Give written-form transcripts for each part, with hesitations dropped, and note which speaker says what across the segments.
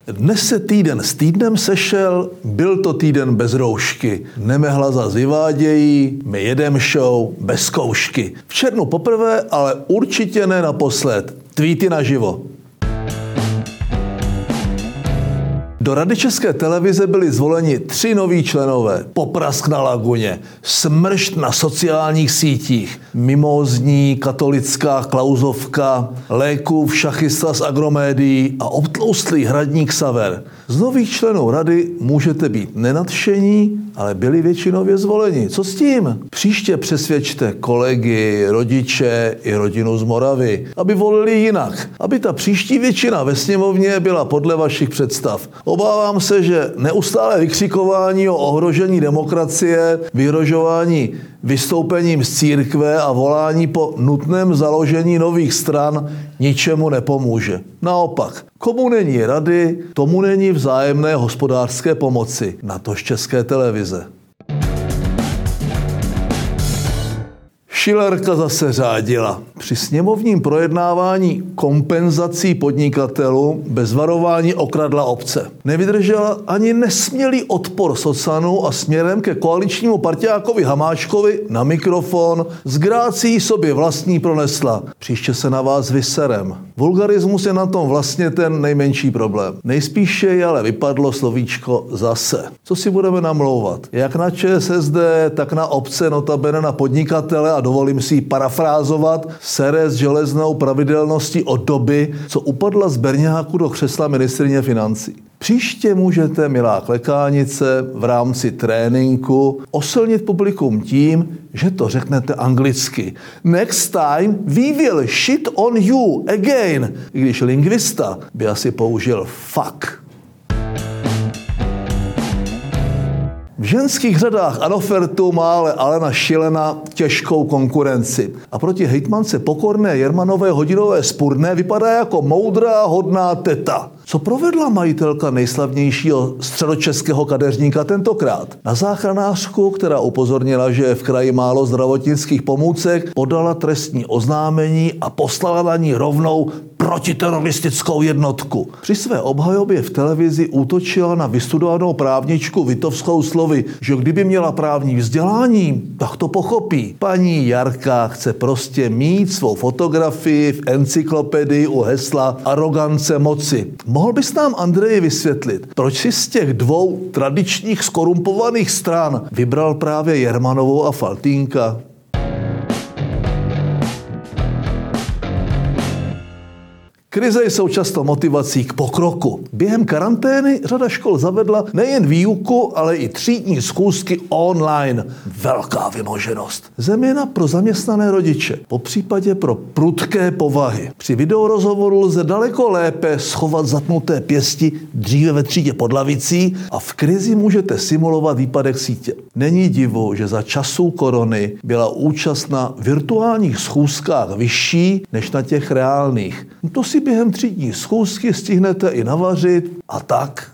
Speaker 1: Dnes se týden s týdnem sešel, byl to týden bez roušky. Nemehla zas vyvádějí, my jedem show bez zkoušky. V červnu poprvé, ale určitě ne naposled. Tweety naživo. Do Rady České televize byli zvoleni 3 noví členové. Poprask na laguně, smršť na sociálních sítích, mimózní katolická Klausovka, Lékův šachista z agromédií a obtloustlý hradník Saver. Z nových členů rady můžete být nenadšení, ale byli většinově zvoleni. Co s tím? Příště přesvědčte kolegy, rodiče i rodinu z Moravy, aby volili jinak. Aby ta příští většina ve sněmovně byla podle vašich představ. Obávám se, že neustále vykřikování o ohrožení demokracie, vyhrožování vystoupením z církve a volání po nutném založení nových stran ničemu nepomůže. Naopak, komu není rady, tomu není vzájemné hospodářské pomoci. Natož České televize. Schillerka zase řádila. Při sněmovním projednávání kompenzací podnikatelů bez varování okradla obce. Nevydržela ani nesmělý odpor socanů a směrem ke koaličnímu parťákovi Hamáčkovi na mikrofon s grácií sobě vlastní pronesla. Příště se na vás vyserem. Vulgarismus je na tom vlastně ten nejmenší problém. Nejspíše je ale vypadlo slovíčko zase. Co si budeme namlouvat? Jak na ČSSD, tak na obce, notabene na podnikatele a dovolím si ji parafrázovat, sere s železnou pravidelností od doby, co upadla z berňáku do křesla ministryně financí. Příště můžete, milá klekánice, v rámci tréninku osilnit publikum tím, že to řeknete anglicky. Next time we will shit on you again. I když lingvista by asi použil fuck. V ženských řadách Anofertu má ale Alena Schillena těžkou konkurenci. A proti hejtmance Pokorné Jermanové hodinové spurné vypadá jako moudrá, hodná teta. Co provedla majitelka nejslavnějšího středočeského kadeřníka tentokrát? Na záchranářku, která upozornila, že je v kraji málo zdravotnických pomůcek, podala trestní oznámení a poslala na ní rovnou protiteroristickou jednotku. Při své obhajobě v televizi útočila na vystudovanou právničku Vitovskou slovy, že kdyby měla právní vzdělání, tak to pochopí. Paní Jarka chce prostě mít svou fotografii v encyklopedii u hesla arogance moci. Mohl bys nám, Andreji, vysvětlit, proč si z těch 2 tradičních skorumpovaných stran vybral právě Jermanovou a Faltýnka? Krize jsou často motivací k pokroku. Během karantény řada škol zavedla nejen výuku, ale i třídní schůzky online. Velká vymoženost. Zejména pro zaměstnané rodiče, popřípadě pro prudké povahy. Při videorozhovoru lze daleko lépe schovat zatnuté pěsti dříve ve třídě pod lavicí a v krizi můžete simulovat výpadek sítě. Není divu, že za časů korony byla účast na virtuálních schůzkách vyšší než na těch reálných. To si během třídní schůzky stihnete i navařit a tak.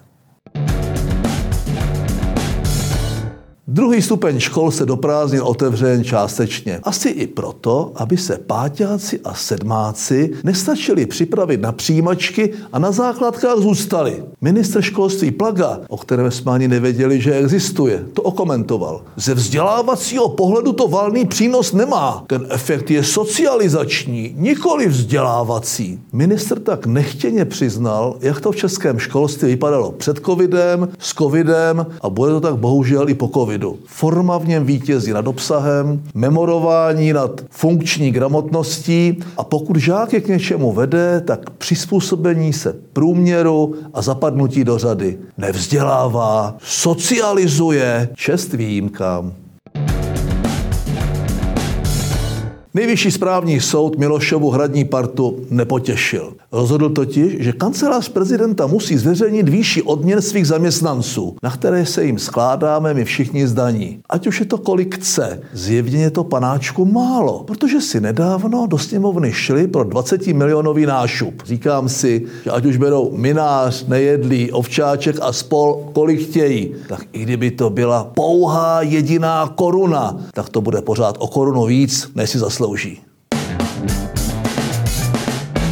Speaker 1: Druhý stupeň škol se do prázdnin otevře jen částečně. Asi i proto, aby se páťáci a sedmáci nestačili připravit na přijímačky a na základkách zůstali. Ministr školství Plaga, o kterém jsme ani nevěděli, že existuje, to okomentoval. Ze vzdělávacího pohledu to valný přínos nemá. Ten efekt je socializační, nikoli vzdělávací. Ministr tak nechtěně přiznal, jak to v českém školství vypadalo před covidem, s covidem a bude to tak bohužel i po covidu. Forma v něm vítězí nad obsahem, memorování nad funkční gramotností a pokud žák je k něčemu vede, tak přizpůsobení se průměru a zapadnutí do řady. Nevzdělává, socializuje, čest výjimkám. Nejvyšší správní soud Milošovu hradní partu nepotěšil. Rozhodl totiž, že kancelář prezidenta musí zveřejnit výši odměn svých zaměstnanců, na které se jim skládáme my všichni z daní. Ať už je to kolik chce, zjevně je to panáčku málo, protože si nedávno do sněmovny šli pro 20milionový nášup. Říkám si, že ať už berou Minář, Nejedlý, Ovčáček a spol, kolik chtějí, tak i kdyby to byla pouhá jediná koruna, tak to bude pořád o korunu víc, než si zaslouží.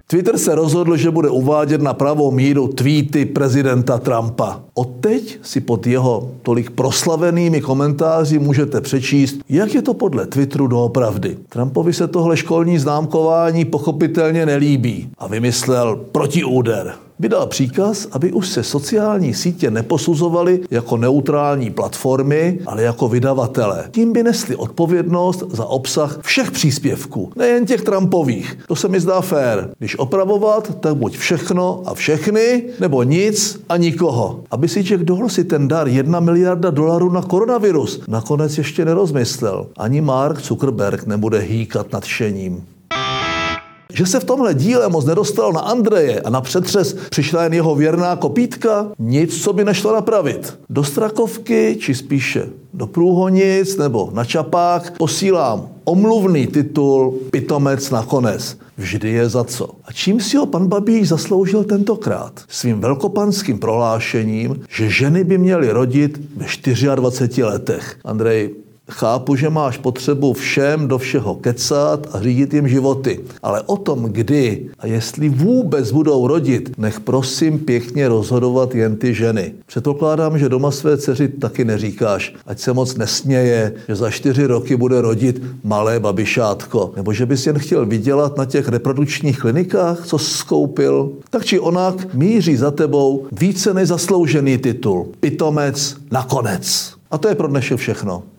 Speaker 1: Twitter se rozhodl, že bude uvádět na pravou míru tweety prezidenta Trumpa. Odteď si pod jeho tolik proslavenými komentáři můžete přečíst, jak je to podle Twitteru doopravdy. Trumpovi se tohle školní známkování pochopitelně nelíbí a vymyslel protiúder. Vydal příkaz, aby už se sociální sítě neposuzovaly jako neutrální platformy, ale jako vydavatele. Tím by nesli odpovědnost za obsah všech příspěvků, nejen těch Trumpových. To se mi zdá fér. Když opravovat, tak buď všechno a všechny, nebo nic a nikoho. Aby si Čech dohl si ten dar $1 miliarda na koronavirus nakonec ještě nerozmyslel. Ani Mark Zuckerberg nebude hýkat nadšením. Že se v tomhle díle moc nedostalo na Andreje a na přetřes přišla jen jeho věrná kopítka, nic, co by nešlo napravit. Do Strakovky, či spíše do Průhonic nebo na Čapák posílám omluvný titul Pitomec nakonec. Vždy je za co. A čím si ho pan Babiš zasloužil tentokrát? Svým velkopanským prohlášením, že ženy by měly rodit ve 24 letech. Andrej, chápu, že máš potřebu všem do všeho kecat a řídit jim životy. Ale o tom, kdy a jestli vůbec budou rodit, nech prosím pěkně rozhodovat jen ty ženy. Předpokládám, že doma své dceři taky neříkáš, ať se moc nesměje, že za 4 roky bude rodit malé babišátko. Nebo že bys jen chtěl vydělat na těch reprodukčních klinikách, co jsi skoupil. Tak či onak míří za tebou více než zasloužený titul. Pitomec nakonec. A to je pro dnešek všechno.